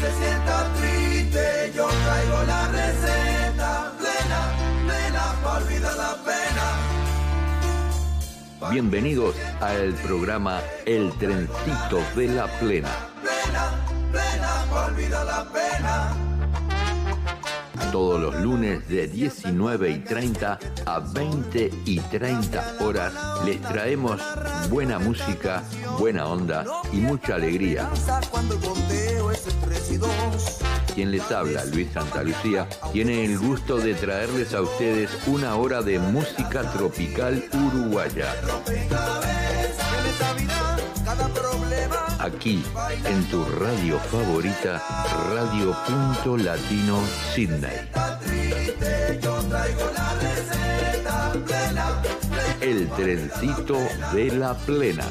se sienta triste, yo traigo la receta. Plena, pa' olvidar la pena. Bienvenidos al programa El Trencito de la Plena. Plena, pa' olvidar la pena. Todos los lunes de 19:30 a 20:30 horas les traemos buena música, buena onda y mucha alegría. Quien les habla, Luis Santalucía, tiene el gusto de traerles a ustedes una hora de música tropical uruguaya. Aquí, en tu radio favorita, Radio Punto Latino Sydney. El Trencito de la Plena.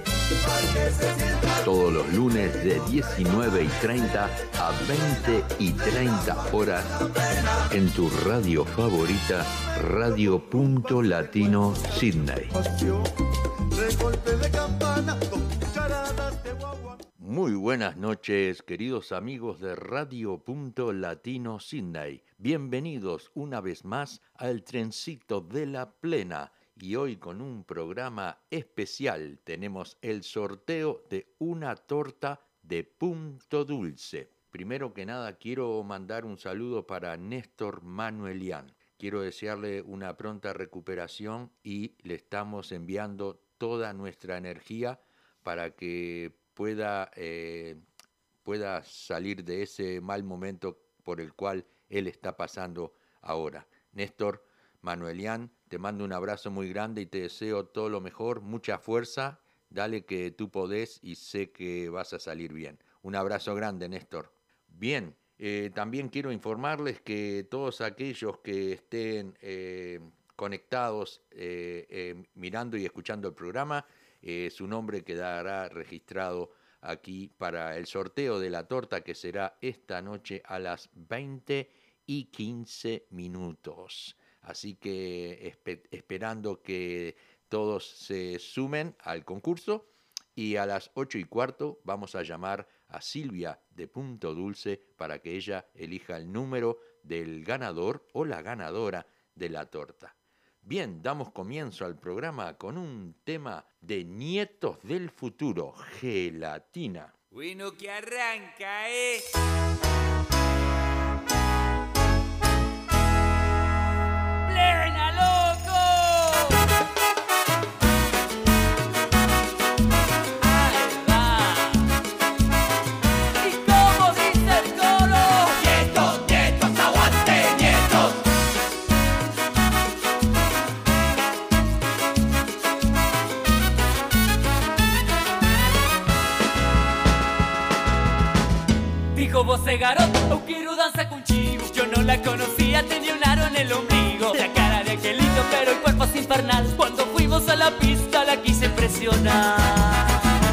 Todos los lunes de 19:30 a 20:30 horas en tu radio favorita, Radio Punto Latino Sydney. Muy buenas noches, queridos amigos de Radio Punto Latino Sydney. Bienvenidos una vez más al Trencito de la Plena. Y hoy con un programa especial tenemos el sorteo de una torta de Punto Dulce. Primero que nada quiero mandar un saludo para Néstor Manuelian. Quiero desearle una pronta recuperación y le estamos enviando toda nuestra energía para que pueda salir de ese mal momento por el cual él está pasando ahora. Néstor Manuelian, te mando un abrazo muy grande y te deseo todo lo mejor, mucha fuerza, dale que tú podés y sé que vas a salir bien. Un abrazo grande, Néstor. Bien, también quiero informarles que todos aquellos que estén conectados, mirando y escuchando el programa, su nombre quedará registrado aquí para el sorteo de la torta que será esta noche a las 20:15. Así que esperando que todos se sumen al concurso y a las 8:15 vamos a llamar a Silvia de Punto Dulce para que ella elija el número del ganador o la ganadora de la torta. Bien, damos comienzo al programa con un tema de Nietos del Futuro, Gelatina. Bueno, que arranca, ¡Plena, loco! Ahí va. ¿Y cómo dice el coro? Nietos, nietos, aguante, nietos. Dijo voce garoto, eu quiero danza contigo. Yo no la conocía, tenía un aro en el ombligo. La cara de angelito, pero el cuerpo es infernal. Cuando fuimos a la pista la quise impresionar.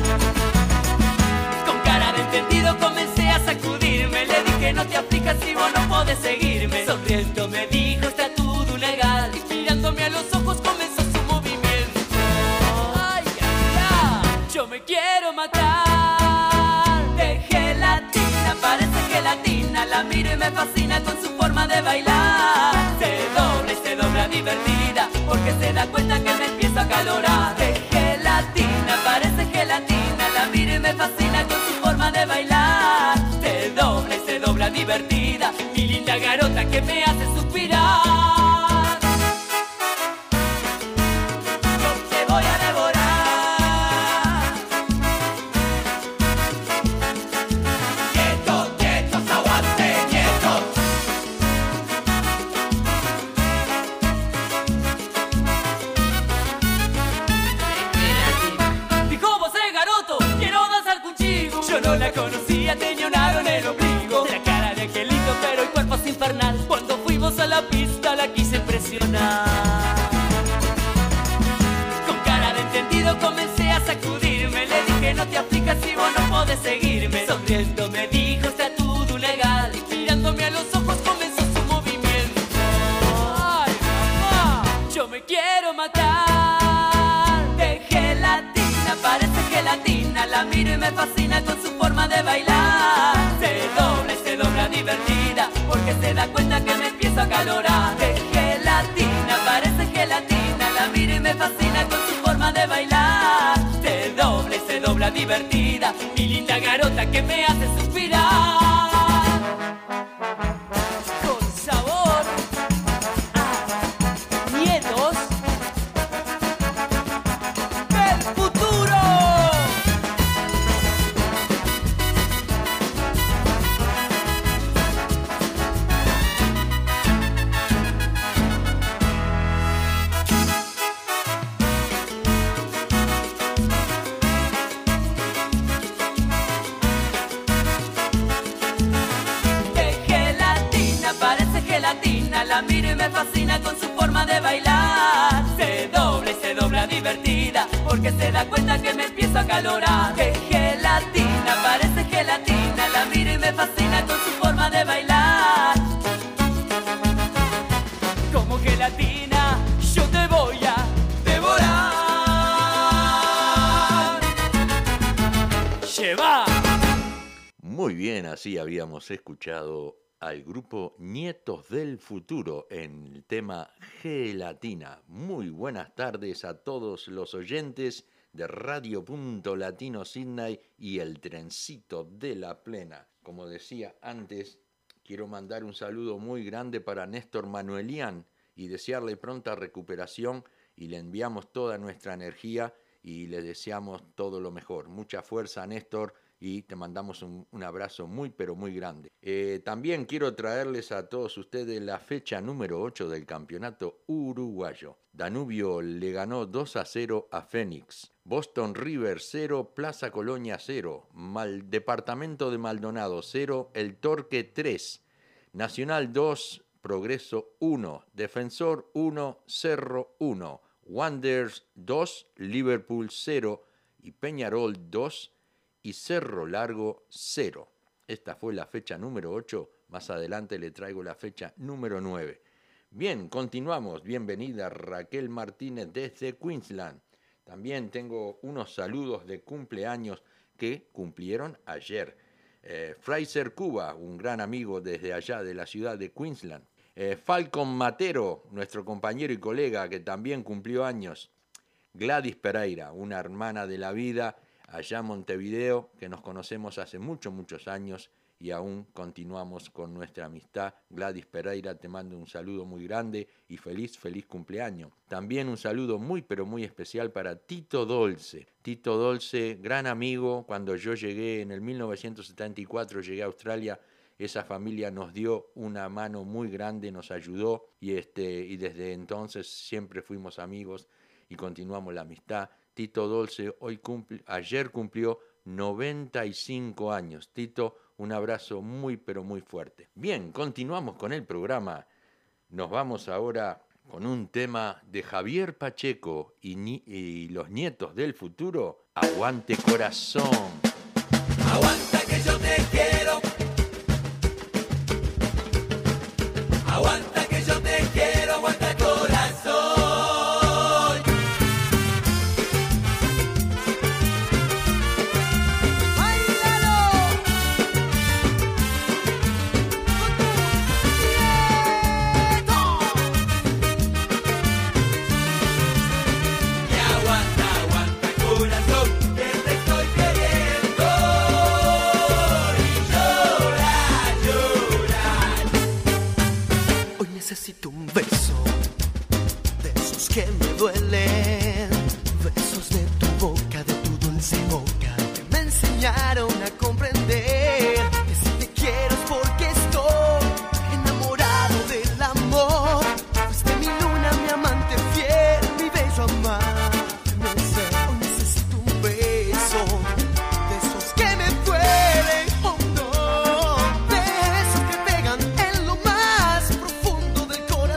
Con cara de entendido comencé a sacudirme. Le dije no te aflijas si vos no podés seguirme. Sonriendo me dijo está todo legal. Y mirándome a los ojos comenzó su movimiento. Ay, ay, ay, yo me quiero matar. De gelatina, parece gelatina. La miro y me fascina con su forma de bailar. Se dobla divertida, porque se da cuenta que me empiezo a calorar. De gelatina, parece gelatina. La miro y me fascina con su forma de bailar. Se dobla divertida, mi linda garota que me hace suspirar. Yo te voy a devorar. Nietos, nietos, aguante, nietos. Dijo vos garoto, quiero danzar contigo. Yo no la conocía, tenía un aro en el ombligo. La cara de angelito, pero el cuerpo es infernal. Cuando fuimos a la pista la quise impresionar. Con cara de entendido comencé a sacudirme. Le dije no te aflijas si vos no podés seguirme. Sonriendo me dijo está todo legal. Y mirándome a los ojos comenzó su movimiento. Ay, mamá, yo me quiero matar. De gelatina, parece gelatina. La miro y me fascina con su forma de bailar. Se dobla acalorar. ¡Qué gelatina! Parece gelatina. La miro y me fascina con su forma de bailar. Se dobla divertida. Mi linda garota que me hace suspirar. Con sabor a nietos del futuro. La miro y me fascina con su forma de bailar. Se dobla divertida porque se da cuenta que me empiezo a acalorar. ¡Qué gelatina! Parece gelatina. La miro y me fascina con su forma de bailar. Como gelatina yo te voy a devorar. ¡Lleva! Muy bien, así habíamos escuchado al grupo Nietos del Futuro en el tema Gelatina. Muy buenas tardes a todos los oyentes de Radio Punto Latino Sydney y el trencito de la plena. Como decía antes, quiero mandar un saludo muy grande para Néstor Manuelian y desearle pronta recuperación, y le enviamos toda nuestra energía y le deseamos todo lo mejor. Mucha fuerza, Néstor, y te mandamos un abrazo muy pero muy grande. También quiero traerles a todos ustedes la fecha número 8 del campeonato uruguayo. Danubio le ganó 2-0 a Fénix. Boston River 0, Plaza Colonia 0. Departamento de Maldonado 0, El Torque 3. Nacional 2, Progreso 1. Defensor 1, Cerro 1. Wanderers 2, Liverpool 0. Y Peñarol 2. Y Cerro Largo 0. Esta fue la fecha número 8. Más adelante le traigo la fecha número 9. Bien, continuamos. Bienvenida Raquel Martínez desde Queensland. También tengo unos saludos de cumpleaños que cumplieron ayer. Fraser Cuba, un gran amigo desde allá de la ciudad de Queensland. Falcon Matero, nuestro compañero y colega que también cumplió años. Gladys Pereira, una hermana de la vida allá en Montevideo, que nos conocemos hace muchos años y aún continuamos con nuestra amistad. Gladys Pereira, te mando un saludo muy grande y feliz cumpleaños. También un saludo muy pero muy especial para Tito Dolce. Tito Dolce, gran amigo, cuando yo llegué en el 1974, llegué a Australia, esa familia nos dio una mano muy grande, nos ayudó y desde entonces siempre fuimos amigos y continuamos la amistad. Tito Dolce ayer cumplió 95 años. Tito, un abrazo muy pero muy fuerte. Bien, continuamos con el programa. Nos vamos ahora con un tema de Javier Pacheco y los Nietos del Futuro. Aguante corazón. Aguanta que yo te quiero. Aguanta que yo te quiero. Aguanta corazón. Necesito un beso de esos que me duelen, besos de tu boca, de tu dulce boca, que me enseñaron a comprender que si te quiero es porque estoy enamorado del amor. Fuiste mi luna, mi amante fiel, mi bello amar. No sé, hoy necesito un beso de esos que me duelen, oh no, de esos que pegan en lo más profundo del corazón.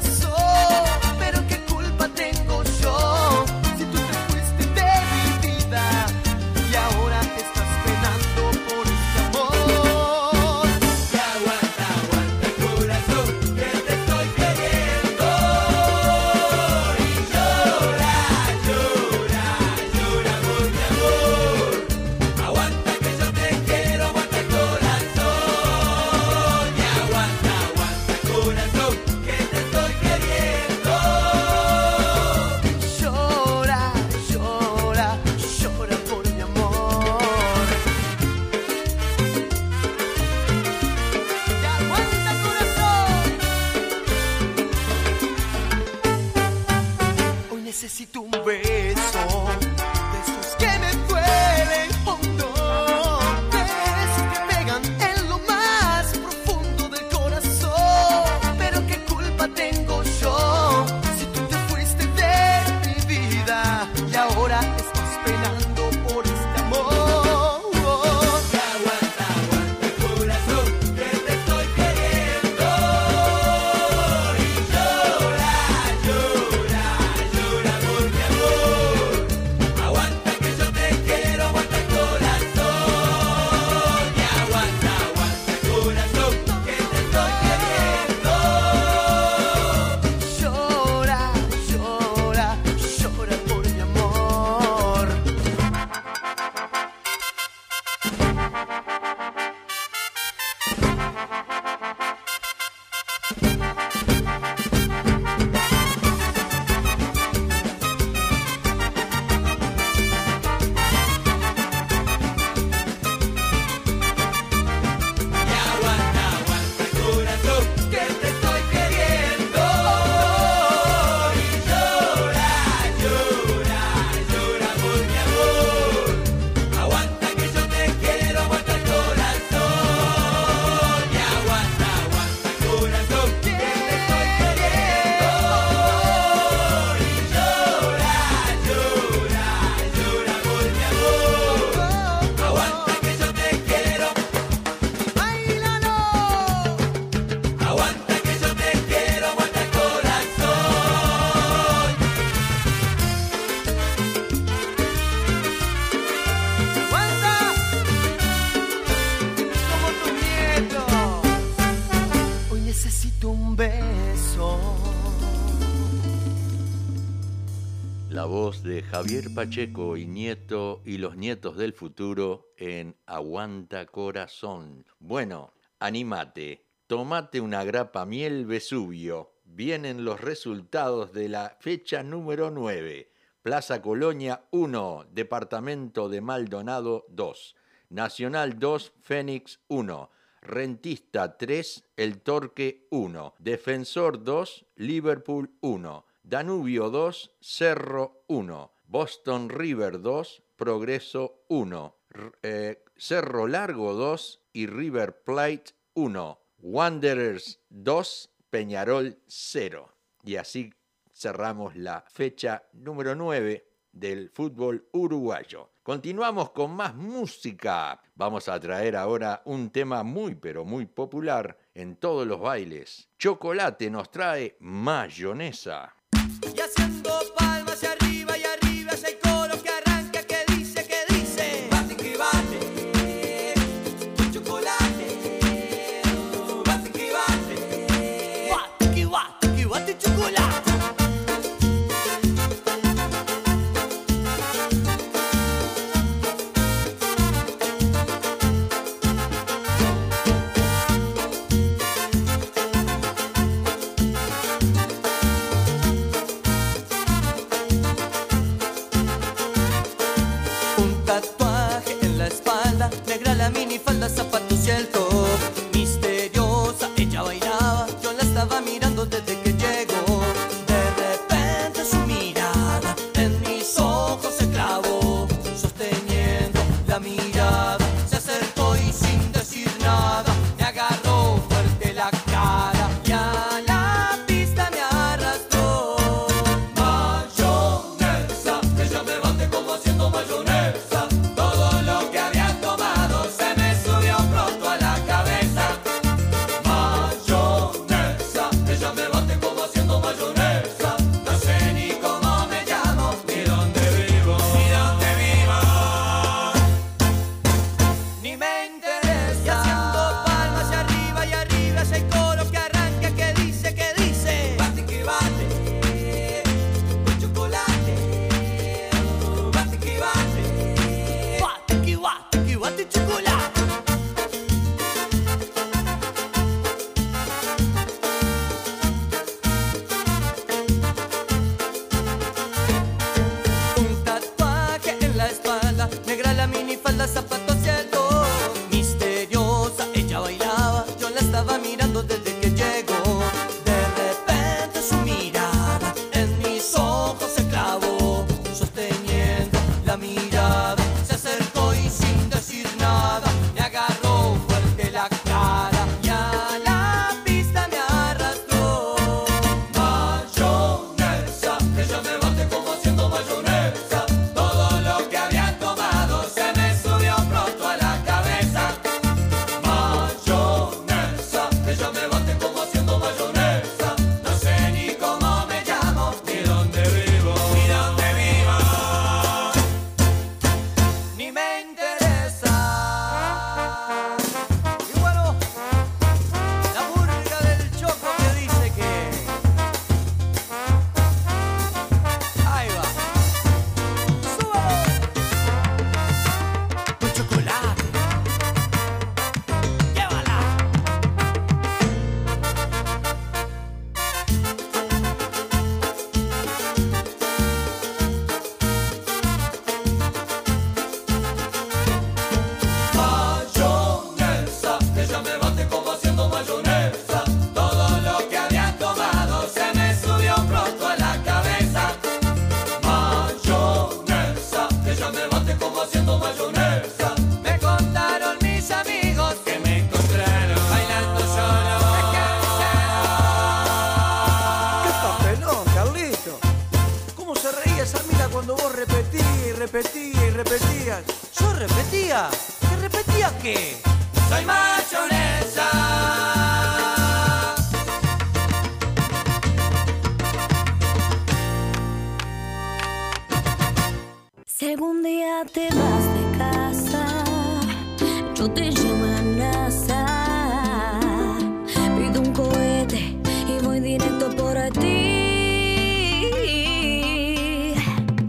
la voz de Javier Pacheco y los nietos del futuro en Aguanta Corazón. Bueno, anímate, tomate una grapa miel Vesubio. Vienen los resultados de la fecha número 9. Plaza Colonia 1, Departamento de Maldonado 2, Nacional 2, Fénix 1, Rentista 3, El Torque 1, Defensor 2, Liverpool 1, Danubio 2, Cerro 1, Boston River 2, Progreso 1, Cerro Largo 2 y River Plate 1, Wanderers 2, Peñarol 0. Y así cerramos la fecha número 9 del fútbol uruguayo. Continuamos con más música. Vamos a traer ahora un tema muy pero muy popular en todos los bailes. Chocolate nos trae Mayonesa. Y haciendo palmas y arriba ese coro que arranca, que dice, bate que bate, chocolate, bate que bate, chocolate. Negra la minifalda, zapatos y el top. Misteriosa, ella bailaba, yo la estaba mirando desde que llegó. De repente su mirada en mis ojos se clavó. Sosteniendo la mirada, se acercó y sin decir nada me agarró fuerte la cara y a la pista me arrastró. Mayonesa, ella me bate como haciendo mayonesa. Todo lo que había se me subió pronto a la cabeza. Mayonesa, ella me bate como haciendo mayonesa. No sé ni cómo me llamo, ni dónde vivo, ni me interesa. Y haciendo palmas y arriba ese coro que arranca, que dice, bate que bate, con chocolate, bate que bate, bate chocolate. Un tatuaje en la espalda, negra la minifalda, zapatos y el top. Misteriosa, ella bailaba, yo la estaba mirando desde que llegó. De repente su mirada en mis ojos se clavó. Sosteniendo la mirada, se acercó y sin decir nada me agarró fuerte la cara y a la pista me arrastró. Mayonesa, ella me bate como haciendo mayonesa. Todo lo que había tomado se me subió pronto a la cabeza. Mayonesa, ella me bate como haciendo mayonesa. No sé ni cómo me llamo, ni dónde vivo, ni me interesa. Y bueno, la burga del Choco que dice que ahí va. ¡Súbalo! Con chocolate. ¡Llévala! Mayonesa, ella me bate como haciendo mayonesa. Todo lo que había tomado se me subió pronto a la cabeza. Mayonesa, ella me bate como haciendo mayonesa. Me contaron mis amigos que me encontraron bailando solo. ¡Qué papelón, Carlito! ¿Cómo se reía esa mina cuando vos repetías y repetías? ¿Yo repetía? ¿Que repetía qué? Soy mayonesa. Si algún día te vas de casa, yo te llevo a NASA. Pido un cohete y voy directo por ti.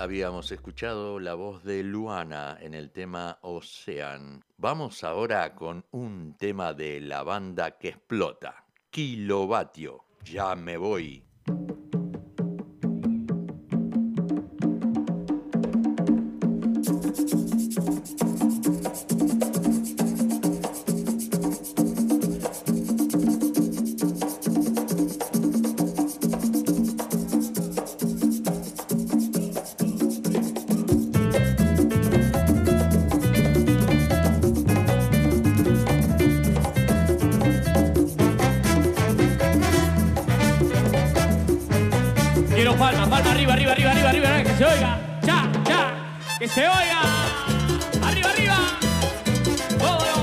Habíamos escuchado la voz de Luana en el tema Ocean. Vamos ahora con un tema de la banda que explota, Kilovatio, Ya me voy. Palma, arriba, que se oiga, que se oiga, arriba, todo.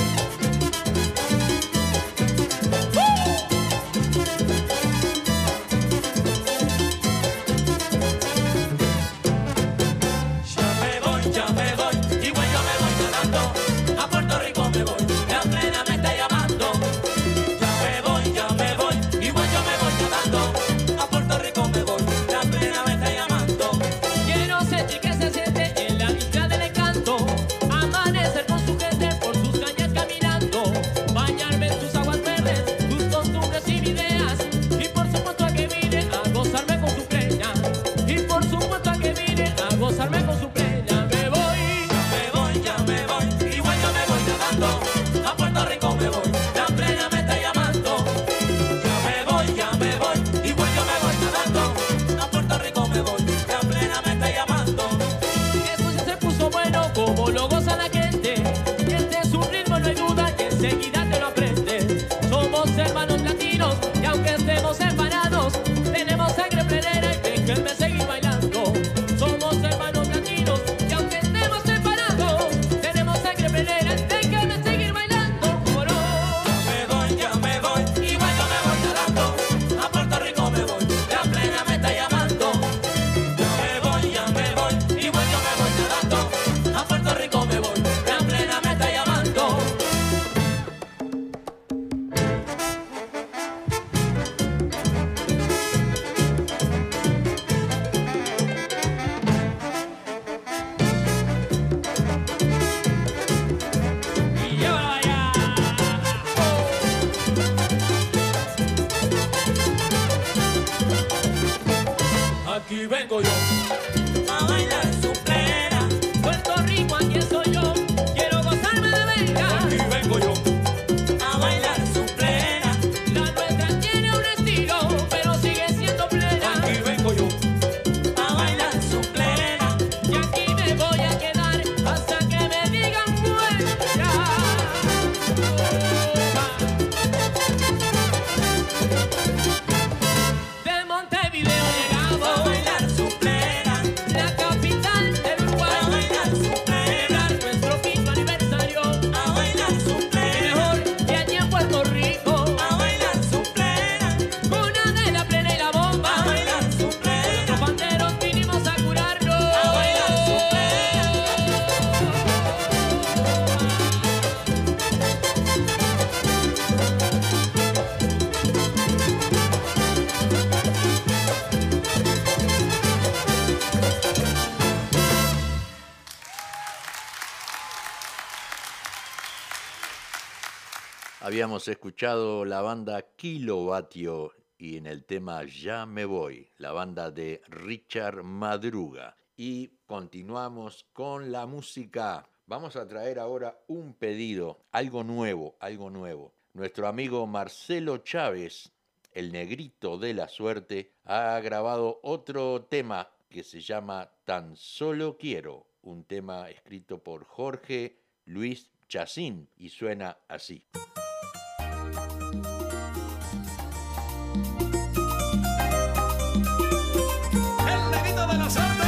Ya me voy, igual yo me voy nadando, a Puerto Rico me voy, la plena me está llamando. Ya me voy, igual yo me voy nadando, a Puerto Rico me voy. Amanecer con su gente por sus calles caminando, bañarme en sus aguas verdes, sus costumbres y ideas, y por supuesto a que vine a gozarme con su preña, y por supuesto a que vine a gozarme con su preña. Ya me voy, igual yo me voy nadando, a Puerto Rico me voy, la plena me está llamando. Ya me voy, igual yo me voy nadando, a Puerto Rico me voy, la plena me está llamando. Eso ya se puso bueno como lo goza la gente, y este es un ritmo, no hay duda que enseguida te lo aprendes. Somos hermanos latinos y aunque estemos separados, tenemos sangre plenera y déjenme seguir bailando. Somos hermanos latinos y aunque estemos separados, tenemos sangre plenera y déjenme seguir bailando. Ya me voy, igual yo me voy nadando, a Puerto Rico me voy, la plena me está llamando. Ya me voy, igual yo me voy nadando, a Puerto Rico me voy, la plena me está llamando. Y llévala allá. Aquí vengo yo a bailar su plena. Puerto Rico, aquí soy yo. Quiero gozarme de venga. Aquí vengo yo a bailar su plena. La nuestra tiene un estilo, pero sigue siendo plena. Aquí vengo yo a bailar su plena. Y aquí me voy a quedar hasta que me digan fuera. De Montevideo llegamos a bailar su plena, la capital del Uruguay. A bailar su plena, celebrar nuestro quinto aniversario. A bailar su plena, mejor que allí en Puerto Rico. A bailar su plena, con Adela plena y la bomba. A bailar su plena, los banderos vinimos a curarlo. A bailar su plena. Habíamos escuchado la banda Kilovatio y en el tema Ya me voy, la banda de Richard Madruga. Y continuamos con la música. Vamos a traer ahora un pedido, algo nuevo. Nuestro amigo Marcelo Chávez, el negrito de la suerte, ha grabado otro tema que se llama Tan solo quiero, un tema escrito por Jorge Luis Chacín y suena así. El negrito de la suerte.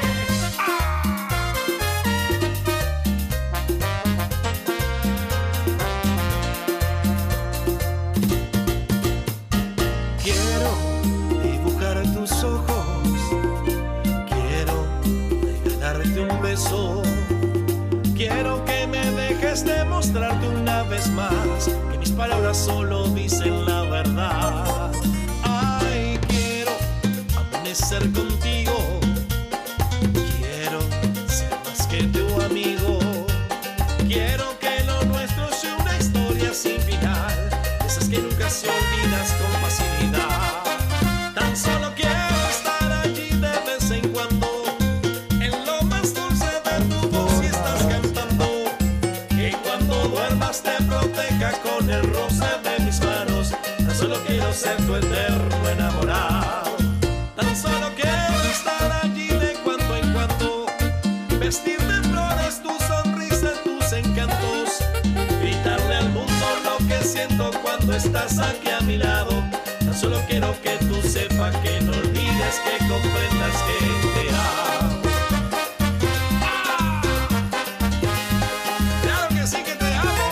Quiero dibujar tus ojos, quiero regalarte un beso, quiero que me dejes demostrarte una vez más que mis palabras solo dicen la verdad. Ay, quiero amanecer contigo, olvidas con facilidad. Tan solo quiero estar allí de vez en cuando, en lo más dulce de tu voz si estás cantando, que cuando duermas te proteja con el roce de mis manos. Tan solo quiero ser tu eterno enamorado. Tan solo quiero estar allí de cuando en cuando, vestir de flores tu sonrisa, tus encantos, gritarle al mundo lo que siento cuando estás aquí a mi lado. Tan solo quiero que tú sepas, que no olvides, que comprendas que te amo. ¡Ah! Claro que sí que te amo,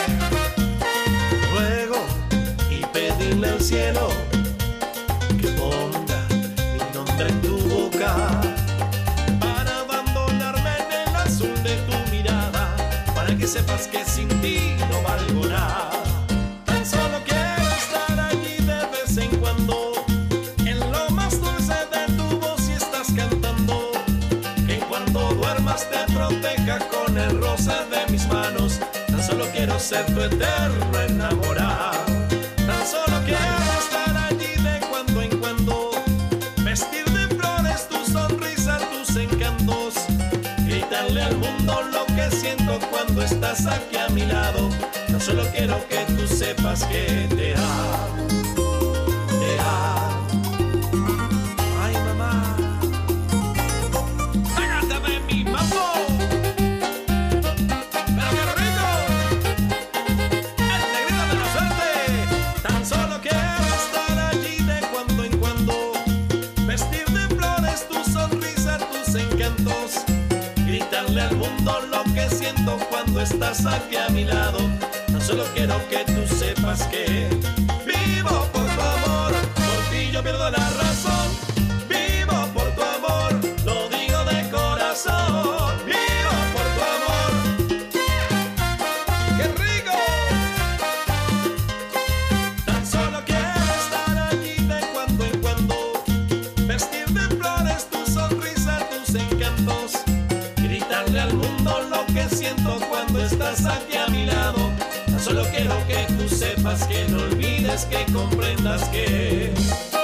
Ruego y pedirle al cielo que ponga mi nombre en tu boca, para abandonarme en el azul de tu mirada, para que sepas que sin ti no valgo nada. Tan solo quiero estar allí de vez en cuando, en lo más dulce de tu voz si estás cantando, que cuando duermas te proteja con el roce de mis manos. Tan solo quiero ser tu eterno enamorado. Tan solo quiero estar allí de cuando en cuando, vestir de flores tu sonrisa, tus encantos, gritarle al mundo lo que siento cuando estás aquí a mi lado. Tan solo quiero que tú sepas que te amo, te amo. Ay, mamá, agárrame mi mambo. Pero qué rico, el negrito de la suerte. Tan solo quiero estar allí de cuando en cuando, vestir de flores tu sonrisa, tus encantos, gritarle al mundo lo que siento cuando estás aquí a mi lado. Tan solo quiero que tú sepas que vivo por tu amor, por ti yo pierdo la razón. Vivo por tu amor, lo digo de corazón. Vivo por tu amor. ¡Qué rico! Tan solo quiero estar allí de cuando en cuando, vestir de flores tu sonrisa, tus encantos, gritarle al mundo lo que siento cuando estás aquí a mi lado. Tan solo quiero que tú sepas, que no olvides, que comprendas que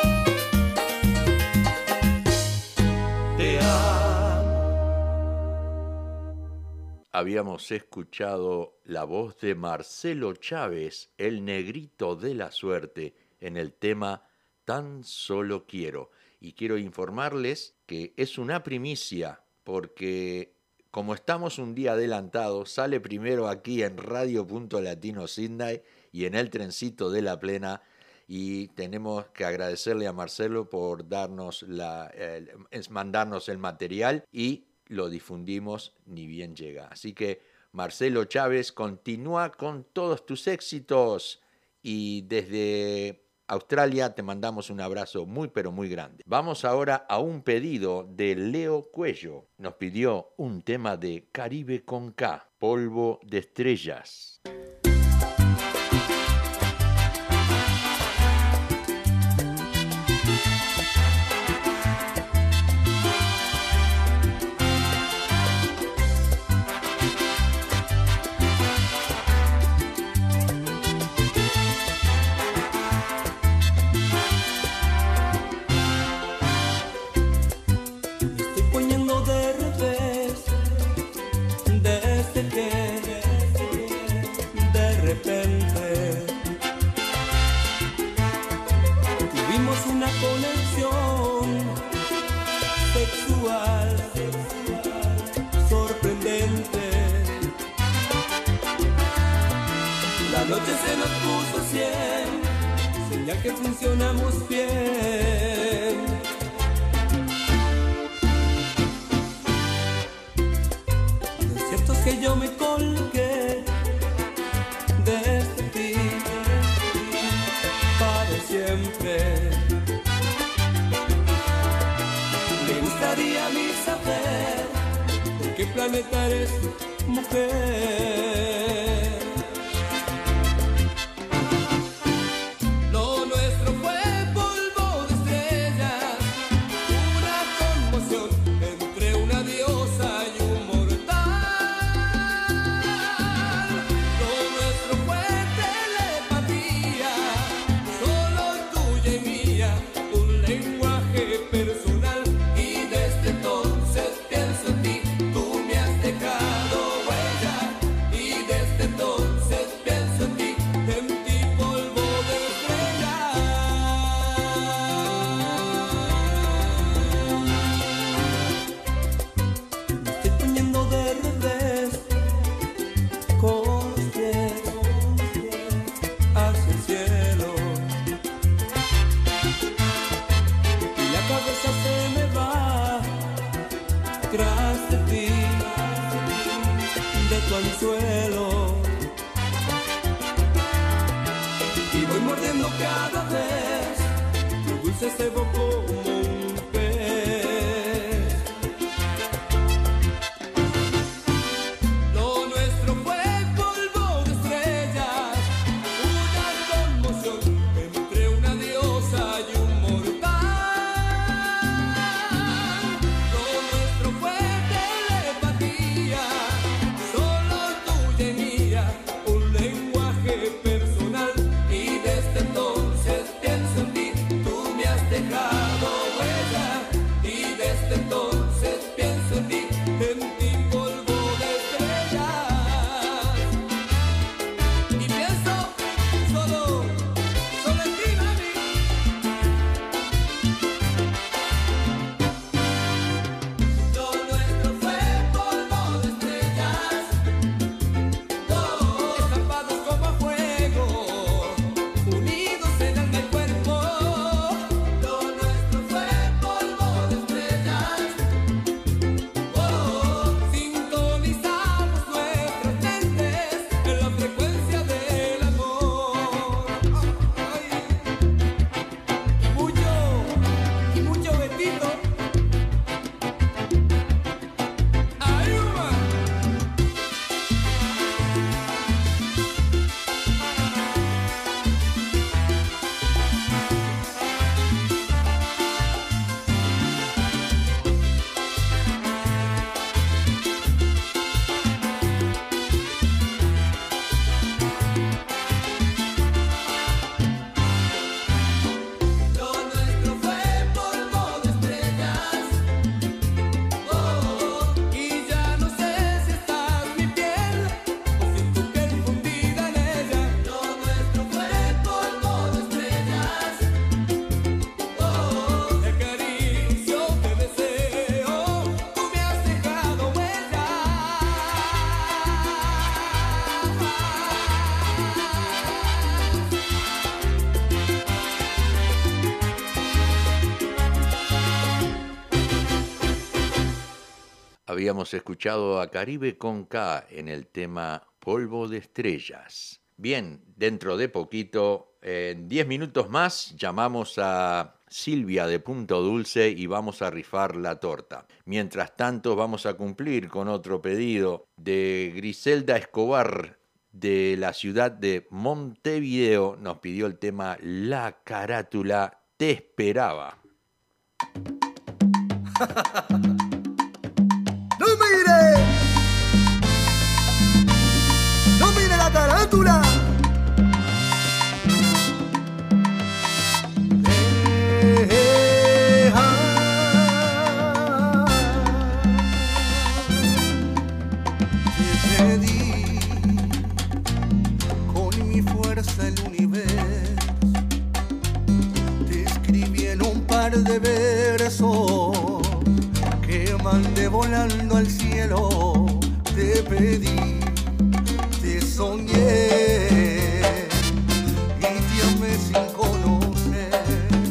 te amo. Habíamos escuchado la voz de Marcelo Chávez, el negrito de la suerte, en el tema Tan solo quiero. Y quiero informarles que es una primicia, porque como estamos un día adelantados, sale primero aquí en Radio Punto Latino Sydney y en el trencito de la plena, y tenemos que agradecerle a Marcelo por darnos mandarnos el material y lo difundimos ni bien llega. Así que Marcelo Chávez, continúa con todos tus éxitos, y desde Australia te mandamos un abrazo muy pero muy grande. Vamos ahora a un pedido de Leo Cuello. Nos pidió un tema de Caribe con K, Polvo de Estrellas. La noche se nos puso 100, señal que funcionamos bien. Lo cierto es que yo me colgué desde ti para siempre. Me gustaría a mí saber de qué planeta eres, mujer. Solo se cebó como un pez. Lo nuestro fue polvo de estrellas, una conmoción entre una diosa y un mortal. Lo nuestro fue telepatía, solo tuya y mía, un lenguaje personal. Y desde entonces pienso en ti, tú me has dejado huella. Y desde entonces pienso en ti polvo de estrellas. Y pienso solo en ti, mami. Lo nuestro fue polvo de estrellas, estampados como a fuego, unidos en alma y cuerpo. Lo nuestro fue polvo de estrellas. Sintonizamos nuestras mentes en la frecuencia del amor. Ay, y mucho Betito. Ayuda. Lo nuestro fue polvo de estrellas. Y ya no sé si estás mi piel o si tu piel fundida en ella. Lo nuestro fue polvo de estrellas. Te acaricio, te deseo, tú me has dejado huella. Habíamos escuchado a Caribe con K en el tema Polvo de Estrellas. Bien, dentro de poquito, en 10 minutos más, llamamos a Silvia de Punto Dulce y vamos a rifar la torta. Mientras tanto, vamos a cumplir con otro pedido de Griselda Escobar de la ciudad de Montevideo. Nos pidió el tema La Carátula Te Esperaba. ¡No mire la carátula! Te pedí con mi fuerza el universo, te escribí en un par de versos que mandé volando al cielo. Te pedí, te soñé y te amé sin conocer.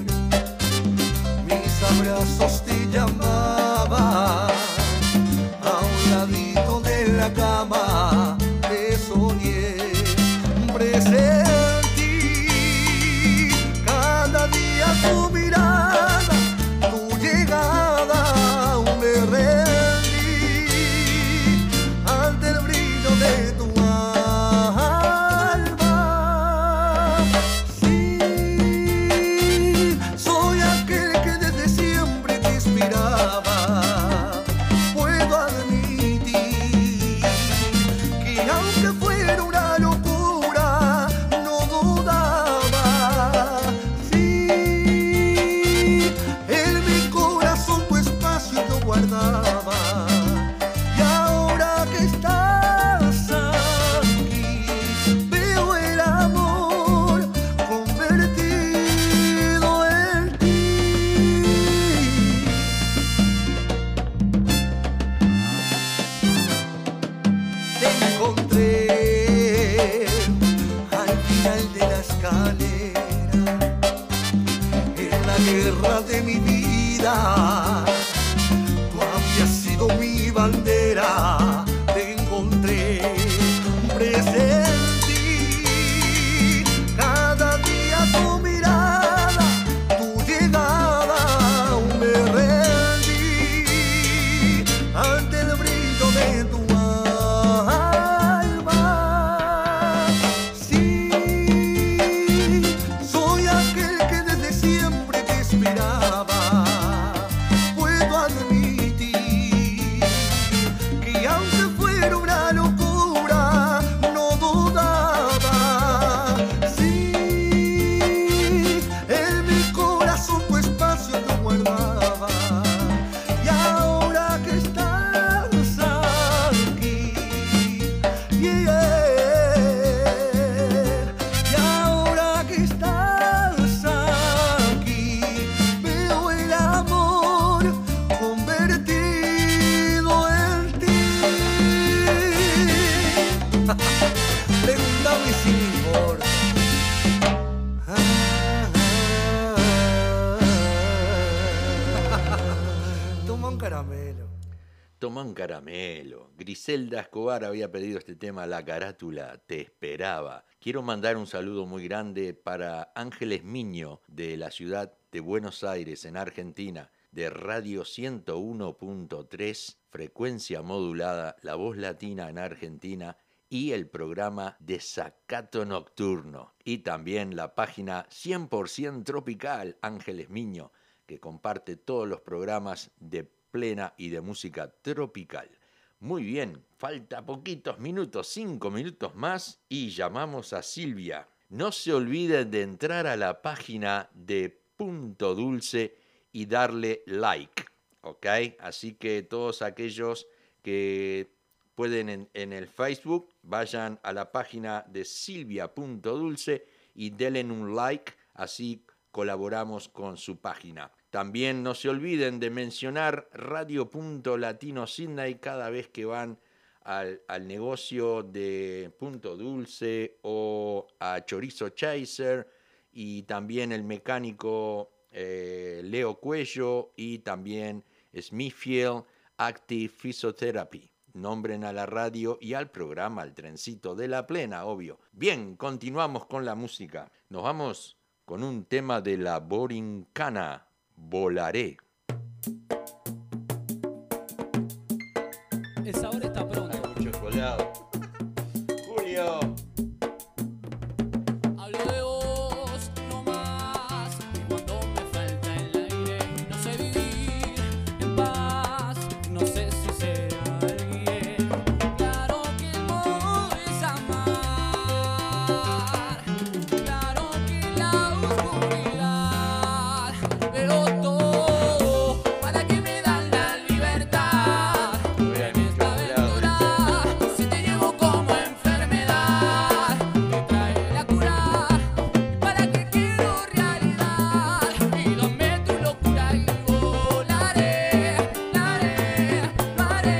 Mis abrazos te llamaban a un ladito de la cama. Te soñé, presentí cada día tu mirada, tu llegada. Me rendí ante el brillo de tu alma. Sí, soy aquel que desde siempre te inspiraba. Puedo admitir que aunque fuera una locura, no dudaba. Sí, en mi corazón tu espacio lo guardaba. Y ahora que estás aquí, veo el amor convertido en ti. Te encontré al final de la escalera, en la guerra de mi vida. Tú habías sido mi bandera. Te encontré, presentí cada día tu mirada, tu llegada. Toma un caramelo. Griselda Escobar había pedido este tema, La Carátula, Te Esperaba. Quiero mandar un saludo muy grande para Ángeles Miño, de la ciudad de Buenos Aires, en Argentina, de Radio 101.3, frecuencia modulada, La Voz Latina en Argentina, y el programa Desacato Nocturno. Y también la página 100% Tropical, Ángeles Miño, que comparte todos los programas de plena y de música tropical. Muy bien, falta poquitos minutos, 5 minutos más, y llamamos a Silvia. No se olviden de entrar a la página de Punto Dulce y darle like, ¿ok? Así que todos aquellos que pueden en el Facebook, vayan a la página de Silvia.dulce y denle un like, así colaboramos con su página. También no se olviden de mencionar Radio.Latino Sydney cada vez que van al negocio de Punto Dulce o a Chorizo Chaser, y también el mecánico Leo Cuello, y también Smithfield Active Physiotherapy. Nombren a la radio y al programa, al trencito de la plena, obvio. Bien, continuamos con la música. Nos vamos con un tema de la Borincana, Volaré. El sabor está pronto. Mucho colado. Julio. Hablo de vos, no más. Y cuando me falta el aire, no sé vivir en paz. No sé si será alguien. Claro que el modo es amar. Claro que la oscuridad. Pero todo para que me dan la libertad. En esta aventura, si te llevo como enfermedad, que trae la cura. ¿Para qué quiero realidad? Y dame tu locura y volaré, lo haré, lo haré,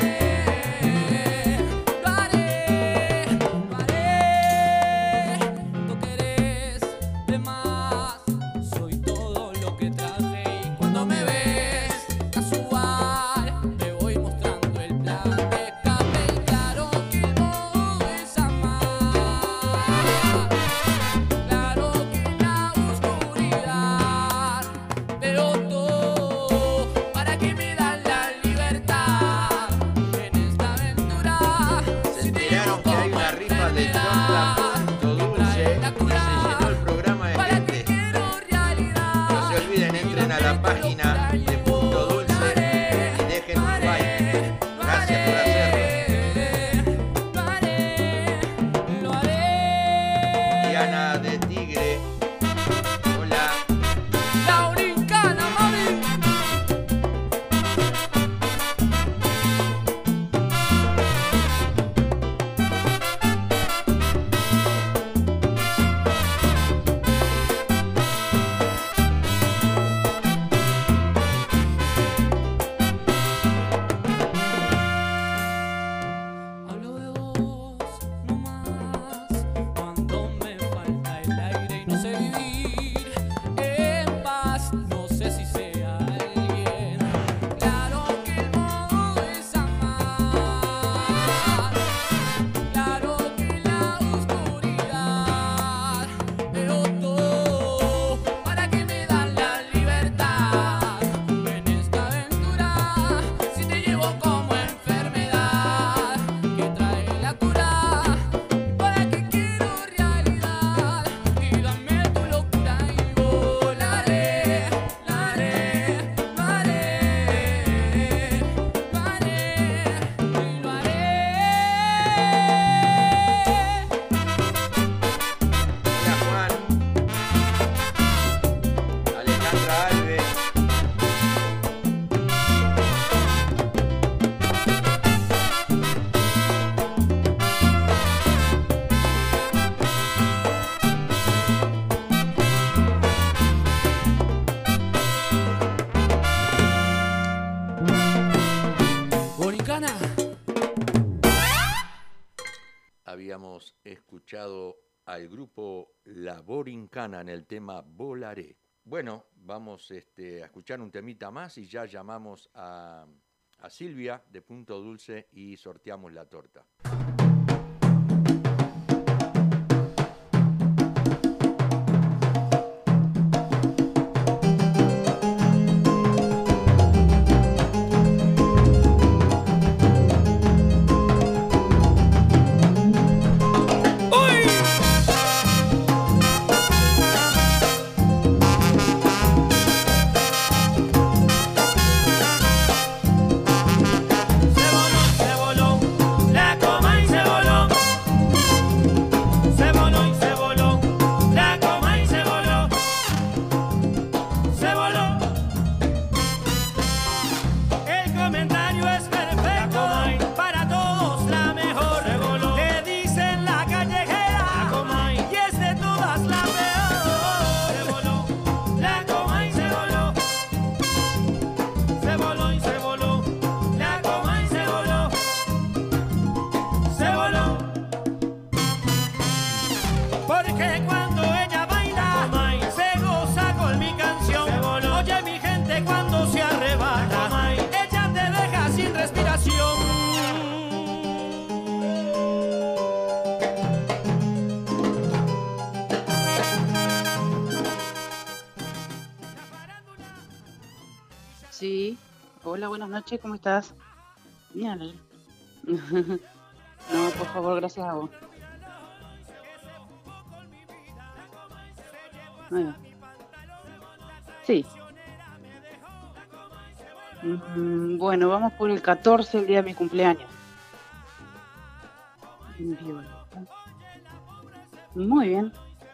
lo haré, lo haré. No querés de más, soy todo lo que traje. Y cuando me ves casual, te voy mostrando el plan de escape. Y claro que el modo es amar. Claro que la oscuridad, pero todo para que me dan la libertad. En esta aventura, Se si te enteraron llevo que hay como una rifa de enfermedad, torta Punto Dulce trae y la se cura. llenó el programa de ¿Para qué gente. quiero realidad? No se olviden, entren a la página de Punto Dulce y dejen un like. Gracias por hacerlo. Lo haré, lo haré. Diana de Tigre. Hola. La Borincana, mami. Hablo de vos, no más. Cuando me falta el aire y no sé vivir en paz, no sé si sea alguien. Claro que el modo es amar. Claro que la oscuridad, pero todo para que me dan la libertad. En esta aventura, si te llevo como enfermedad, que trae la cura. ¿Para qué quiero realidad? Y dame tu locura y volaré, lo haré, lo haré, lo haré, y lo haré. Hola Juan. Alejandra Alves. Borincana. Habíamos escuchado al grupo La Borincana en el tema Volaré. Bueno, vamos a escuchar un temita más y ya llamamos a a Silvia de Punto Dulce y sorteamos la torta. Sí. Hola, buenas noches, ¿cómo estás? Bien. No, por favor, gracias a vos. Bueno. Sí. Bueno, vamos por el 14, el día de mi cumpleaños. Violeta. Muy bien.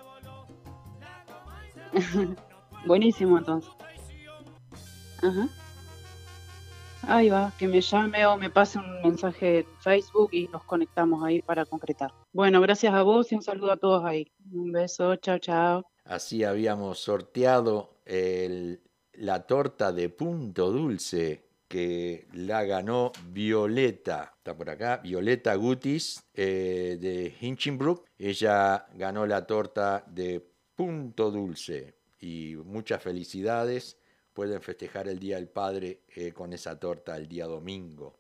Buenísimo, entonces. Ajá. Ahí va, que me llame o me pase un mensaje en Facebook y nos conectamos ahí para concretar. Bueno, gracias a vos y un saludo a todos ahí. Un beso, chao, chao. Así habíamos sorteado la torta de Punto Dulce que la ganó Violeta. Está por acá, Violeta Gutis de Hinchinbrook. Ella ganó la torta de Punto Dulce y muchas felicidades. Pueden festejar el Día del Padre con esa torta el día domingo.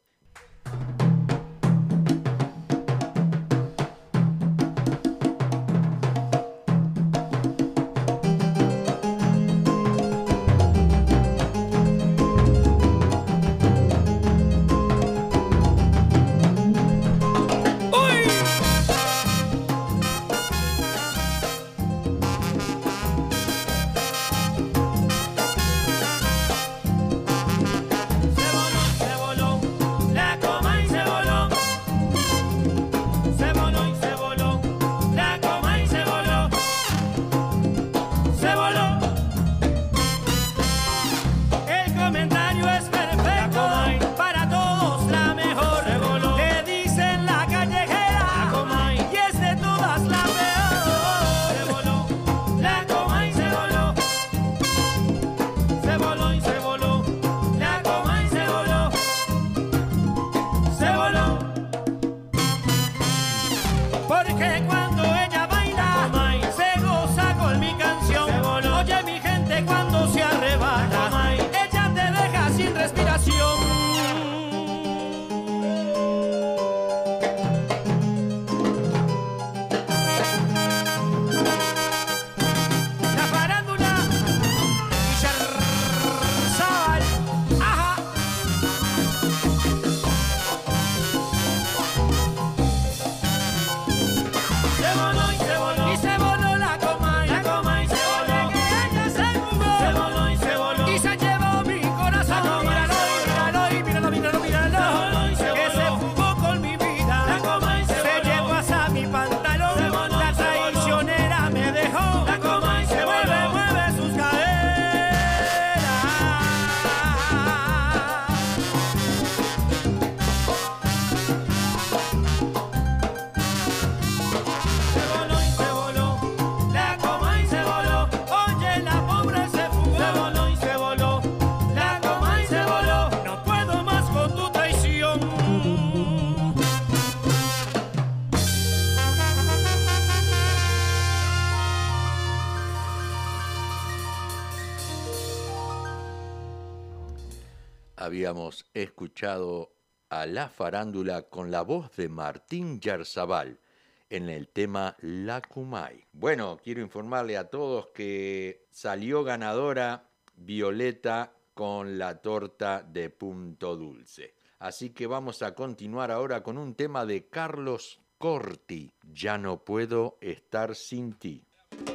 Habíamos escuchado a La Farándula con la voz de Martín Yarzabal en el tema La Cumay. Bueno, quiero informarle a todos que salió ganadora Violeta con la torta de Punto Dulce. Así que vamos a continuar ahora con un tema de Carlos Corti, Ya no puedo estar sin ti.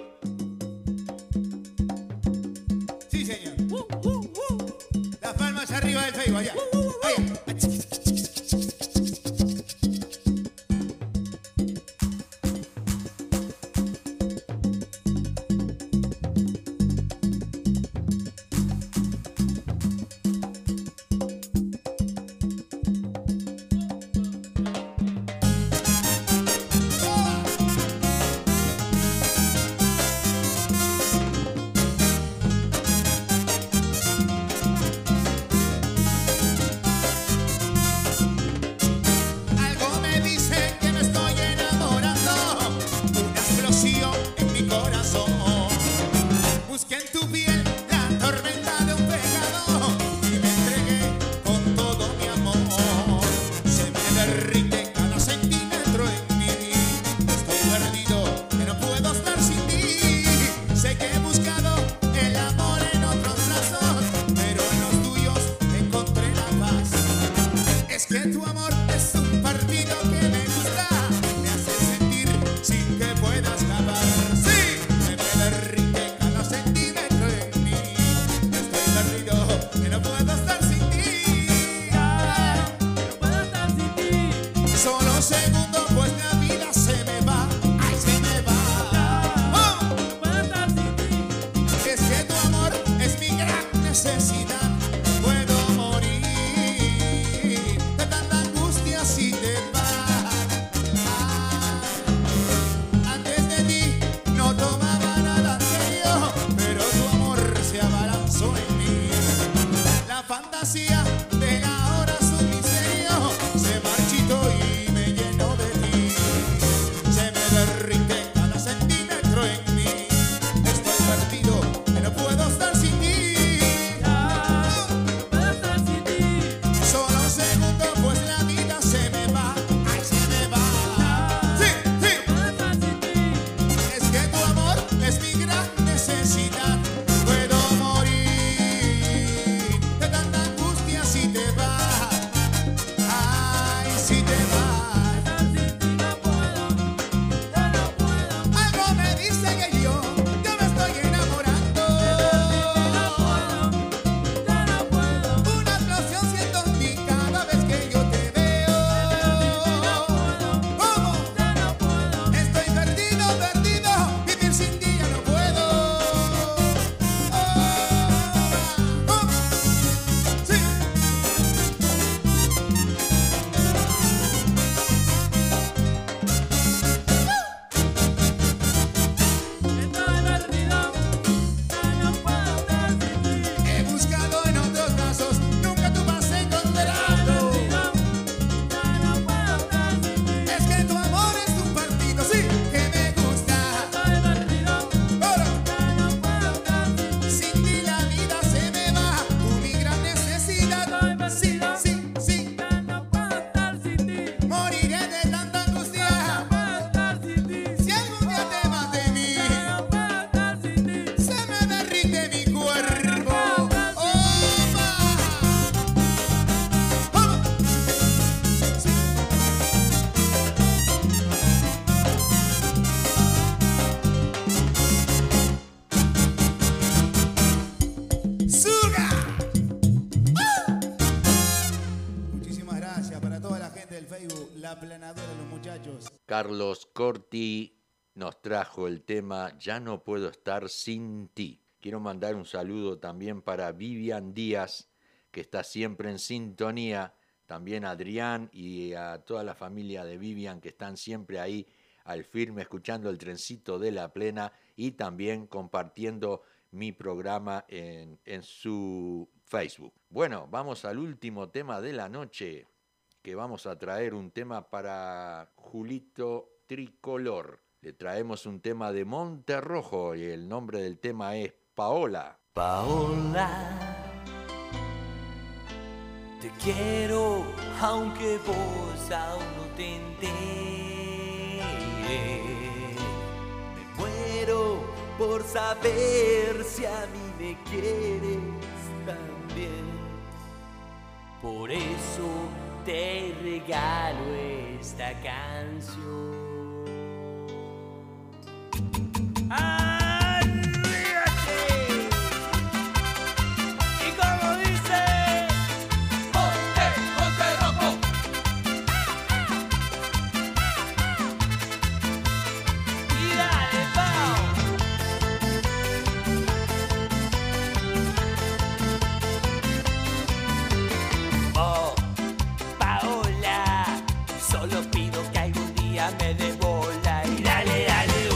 Sí, señor. Las palmas arriba del Facebook, allá. Allá. Algo me dice que me estoy enamorando, una explosión en mi corazón. Busqué en tu piel la tormenta de un pecado y me entregué con todo mi amor. Se me derrite cada centímetro en mí. Estoy perdido, que no puedo estar sin ti. Sé que he buscado el amor en otros brazos, pero en los tuyos encontré la paz. Es que tu amor es un partido que me gusta, me hace sentir sin que pueda escapar. Sí, se me derrite cada centímetro en mí. Estoy perdido, que no puedo estar sin ti. No puedo estar sin ti. Solo un segundo, pues la vida se me va. Ay, se me va. Oh. No puedo estar sin ti. Es que tu amor es mi gran necesidad. Puedo morir de tanta angustia si te vas. Antes de ti no tomaba nada en serio, pero tu amor se abalanzó en mí. La fantasía de ahora es un misterio, se marchitó y me llenó de ti. Se me derrite cada centímetro en mí. Estoy perdido, que no puedo estar sin ti. Solo un segundo, pues la vida se me va. Ay, se me va. Sí, sí. Es que tu amor es mi gran necesidad. Puedo morir de tanta angustia si te vas. Ay, si te vas. Algo me dice que yo me estoy enamorando. Una explosión siento en mí cada vez que yo te veo. ¿Cómo? Estoy perdido, perdido, vivir sin ti ya no puedo. Oh, sí. He buscado en otros brazos, nunca tú vas a encontrarlo. Es que tu amor es un partido, sí, que me gusta. Oro. Sin ti la vida se me va, tú mi gran necesidad. Sí, sí, sí. Moriré de tanta angustia. Si algún día te vas de mí, se me derrite mi cuerpo. ¡Opa! ¡Vamos! Sí. ¡Suga! Muchísimas gracias para toda la gente del Facebook, la planadora de los muchachos. Carlos Corti nos trajo el tema Ya no puedo estar sin ti. Quiero mandar un saludo también para Vivian Díaz, que está siempre en sintonía, también a Adrián y a toda la familia de Vivian que están siempre ahí al firme escuchando el trencito de la plena y también compartiendo mi programa en su Facebook. Bueno, vamos al último tema de la noche, que vamos a traer un tema para Julito Tricolor. Le traemos un tema de Monterrojo y el nombre del tema es Paola. Paola, quiero, aunque vos aún no te enteres. Me muero por saber si a mí me quieres también. Por eso te regalo esta canción. Me de bola y dale, dale,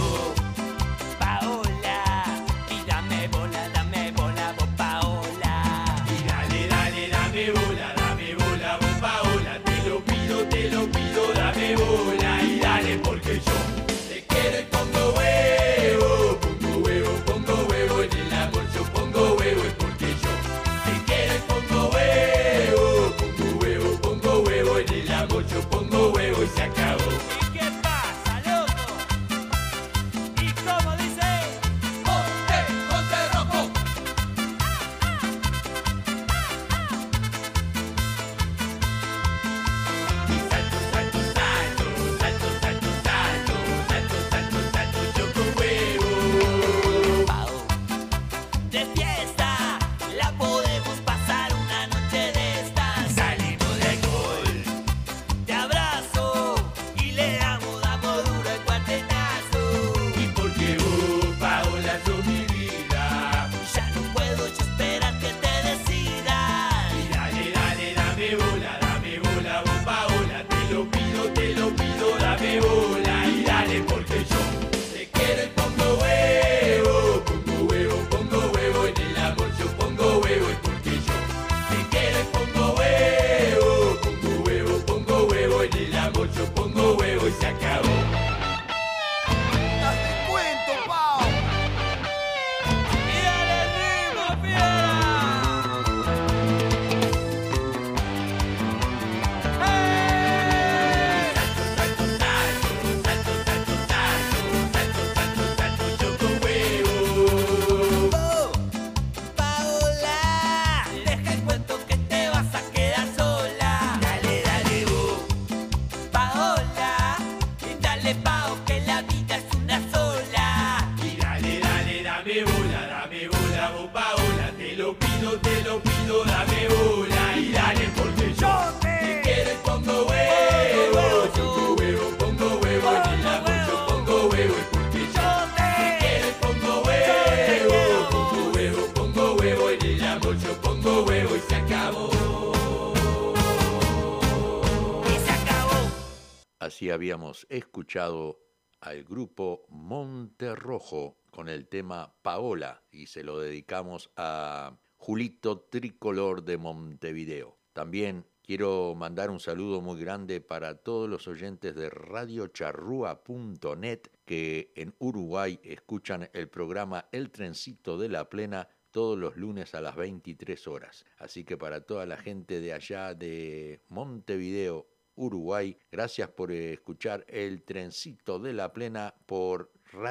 Paola, y dame bola, vos, Paola. Y dale, dale, dame bola, vos, Paola. Te lo pido, dame bola y dale, porque yo te quiero y pongo huevo, en el amor yo pongo huevo, es porque yo te quiero y pongo huevo, en el amor yo pongo huevo y se acabó. Así habíamos escuchado al grupo Monterrojo con el tema Paola y se lo dedicamos a Julito Tricolor de Montevideo. También quiero mandar un saludo muy grande para todos los oyentes de radiocharrúa.net que en Uruguay escuchan el programa El Trencito de la Plena todos los lunes a las 23 horas. Así que para toda la gente de allá de Montevideo, Uruguay, gracias por escuchar El Trencito de la Plena por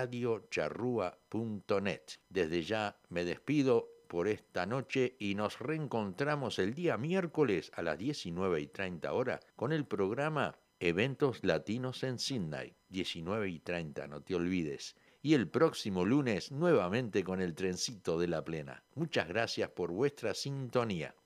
radiocharrúa.net. Desde ya me despido por esta noche y nos reencontramos el día miércoles a las 19:30 horas con el programa Eventos Latinos en Sydney, 19:30, no te olvides. Y el próximo lunes nuevamente con El Trencito de la Plena. Muchas gracias por vuestra sintonía.